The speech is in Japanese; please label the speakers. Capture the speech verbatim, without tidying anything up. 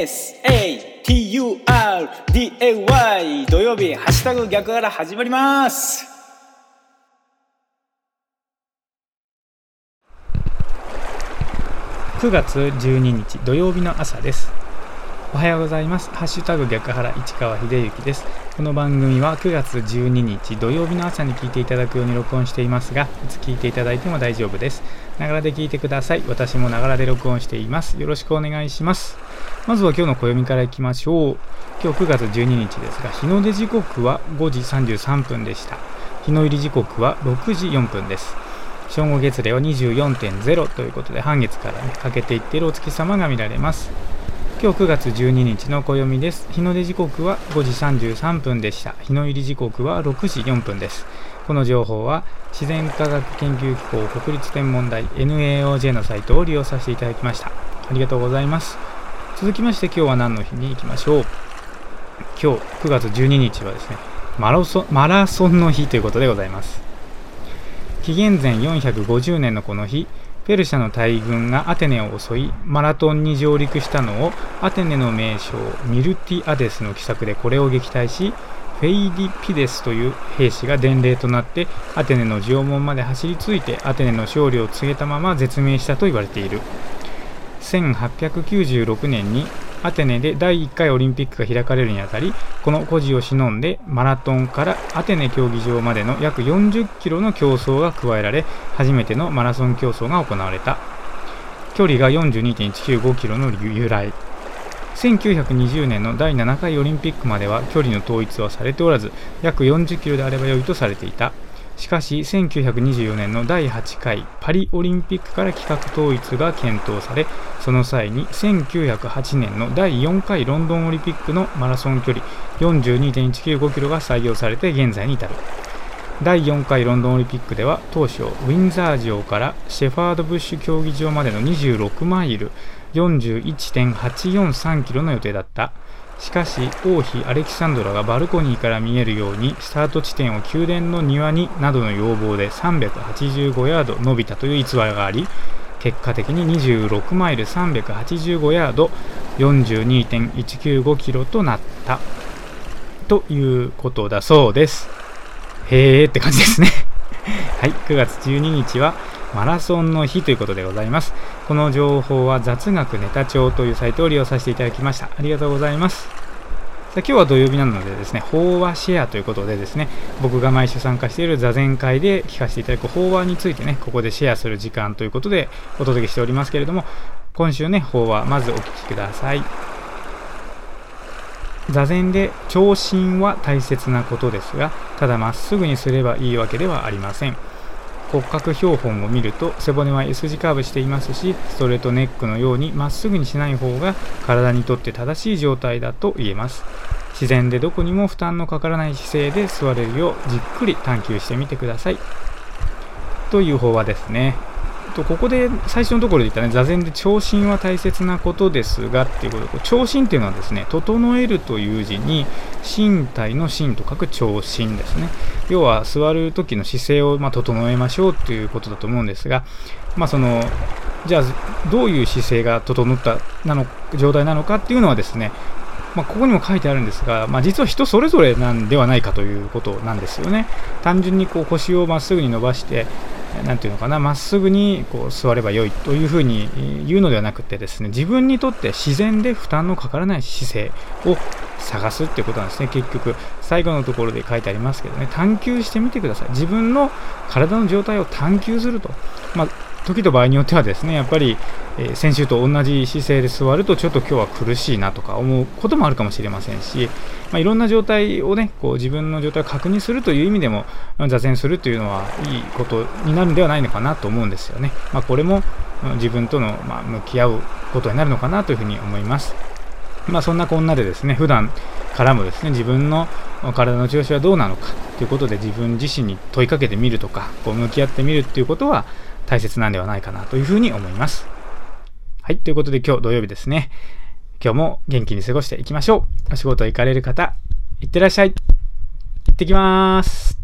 Speaker 1: エスエーティーユーアールディーエーワイ 土曜日ハッシュタグ逆から始まります。
Speaker 2: くがつじゅうににち土曜日の朝です。おはようございます。ハッシュタグ逆原市川秀幸です。この番組はくがつじゅうににち土曜日の朝に聞いていただくように録音していますが、いつ聞いていただいても大丈夫です。ながらで聞いてください。私もながらで録音しています。よろしくお願いします。まずは今日の暦からいきましょう。今日くがつじゅうににちですが、日の出時刻はごじさんじゅうさんぷんでした。日の入り時刻はろくじよんぷんです。正午月齢は にじゅうよんてんゼロ ということで、半月から、ね、欠けていっているお月様が見られます。今日くがつじゅうににちの暦です。日の出時刻はごじさんじゅうさんぷんでした。日の入り時刻はろくじよんぷんです。この情報は自然科学研究機構国立天文台 エヌエーオージェー のサイトを利用させていただきました。ありがとうございます。続きまして今日は何の日に行きましょう。今日くがつじゅうににちはですね、マラソン、マラソンの日ということでございます。紀元前よんひゃくごじゅうねんのこの日、ペルシャの大軍がアテネを襲い、マラトンに上陸したのをアテネの名将ミルティアデスの奇策でこれを撃退し、フェイディピデスという兵士が伝令となってアテネの城門まで走り着いてアテネの勝利を告げたまま絶命したと言われている。せんはっぴゃくきゅうじゅうろくねんにアテネでだいいっかいオリンピックが開かれるにあたり、この故事を偲んでマラトンからアテネ競技場までの約よんじゅっキロの競争が加えられ、初めてのマラソン競争が行われた。距離が よんじゅうにてんいちきゅうごキロの由来。せんきゅうひゃくにじゅうねんのだいななかいオリンピックまでは距離の統一はされておらず、約よんじゅっキロであれば良いとされていた。しかしせんきゅうひゃくにじゅうよねんのだいはちかいパリオリンピックから規格統一が検討され、その際にせんきゅうひゃくはちねんのだいよんかいロンドンオリンピックのマラソン距離 よんじゅうにてんいちきゅうごキロが採用されて現在に至る。だいよんかいロンドンオリンピックでは当初ウィンザー城からシェファードブッシュ競技場までのにじゅうろくマイル よんじゅういちてんはちよんさんキロの予定だった。しかし王妃アレキサンドラがバルコニーから見えるようにスタート地点を宮殿の庭になどの要望でさんびゃくはちじゅうごヤード伸びたという逸話があり、結果的ににじゅうろくマイルさんびゃくはちじゅうごヤード よんじゅうにてんいちきゅうごキロとなったということだそうです。へーって感じですねはい、くがつじゅうににちはマラソンの日ということでございます。この情報は雑学ネタ帳というサイトを利用させていただきました。ありがとうございます。さあ今日は土曜日なのでですね、法話シェアということでですね、僕が毎週参加している座禅会で聞かせていただく法話についてね、ここでシェアする時間ということでお届けしておりますけれども、今週ね、法話まずお聞きください。座禅で聴診は大切なことですが、ただまっすぐにすればいいわけではありません。骨格標本を見ると背骨は S 字カーブしていますし、ストレートネックのようにまっすぐにしない方が体にとって正しい状態だと言えます。自然でどこにも負担のかからない姿勢で座れるようじっくり探求してみてくださいという法話ですね。ここで最初のところで言ったね、座禅で聴診は大切なことですがっていうことで、聴診っていうのはですね、整えるという字に身体の身と書く聴診ですね。要は座る時の姿勢をまあ整えましょうということだと思うんですが、まあそのじゃあどういう姿勢が整ったなの状態なのかっていうのはですね、まあ、ここにも書いてあるんですが、まあ、実は人それぞれなんではないかということなんですよね。単純にこう腰をまっすぐに伸ばしてなんていうのかな、まっすぐにこう座ればよいというふうに言うのではなくてですね、自分にとって自然で負担のかからない姿勢を探すっていうことなんですね。結局最後のところで書いてありますけどね、探求してみてください。自分の体の状態を探求すると、まあ時と場合によってはですね、やっぱり、えー、先週と同じ姿勢で座るとちょっと今日は苦しいなとか思うこともあるかもしれませんし、まあ、いろんな状態をね、こう自分の状態を確認するという意味でも座禅するというのはいいことになるんではないのかなと思うんですよね。まあ、これも自分との、まあ、向き合うことになるのかなというふうに思います。まあ、そんなこんなでですね、普段からもですね、自分の体の調子はどうなのかということで自分自身に問いかけてみるとか、こう向き合ってみるということは大切なんではないかなというふうに思います。はい、ということで今日土曜日ですね。今日も元気に過ごしていきましょう。お仕事行かれる方、いってらっしゃい。行ってきます。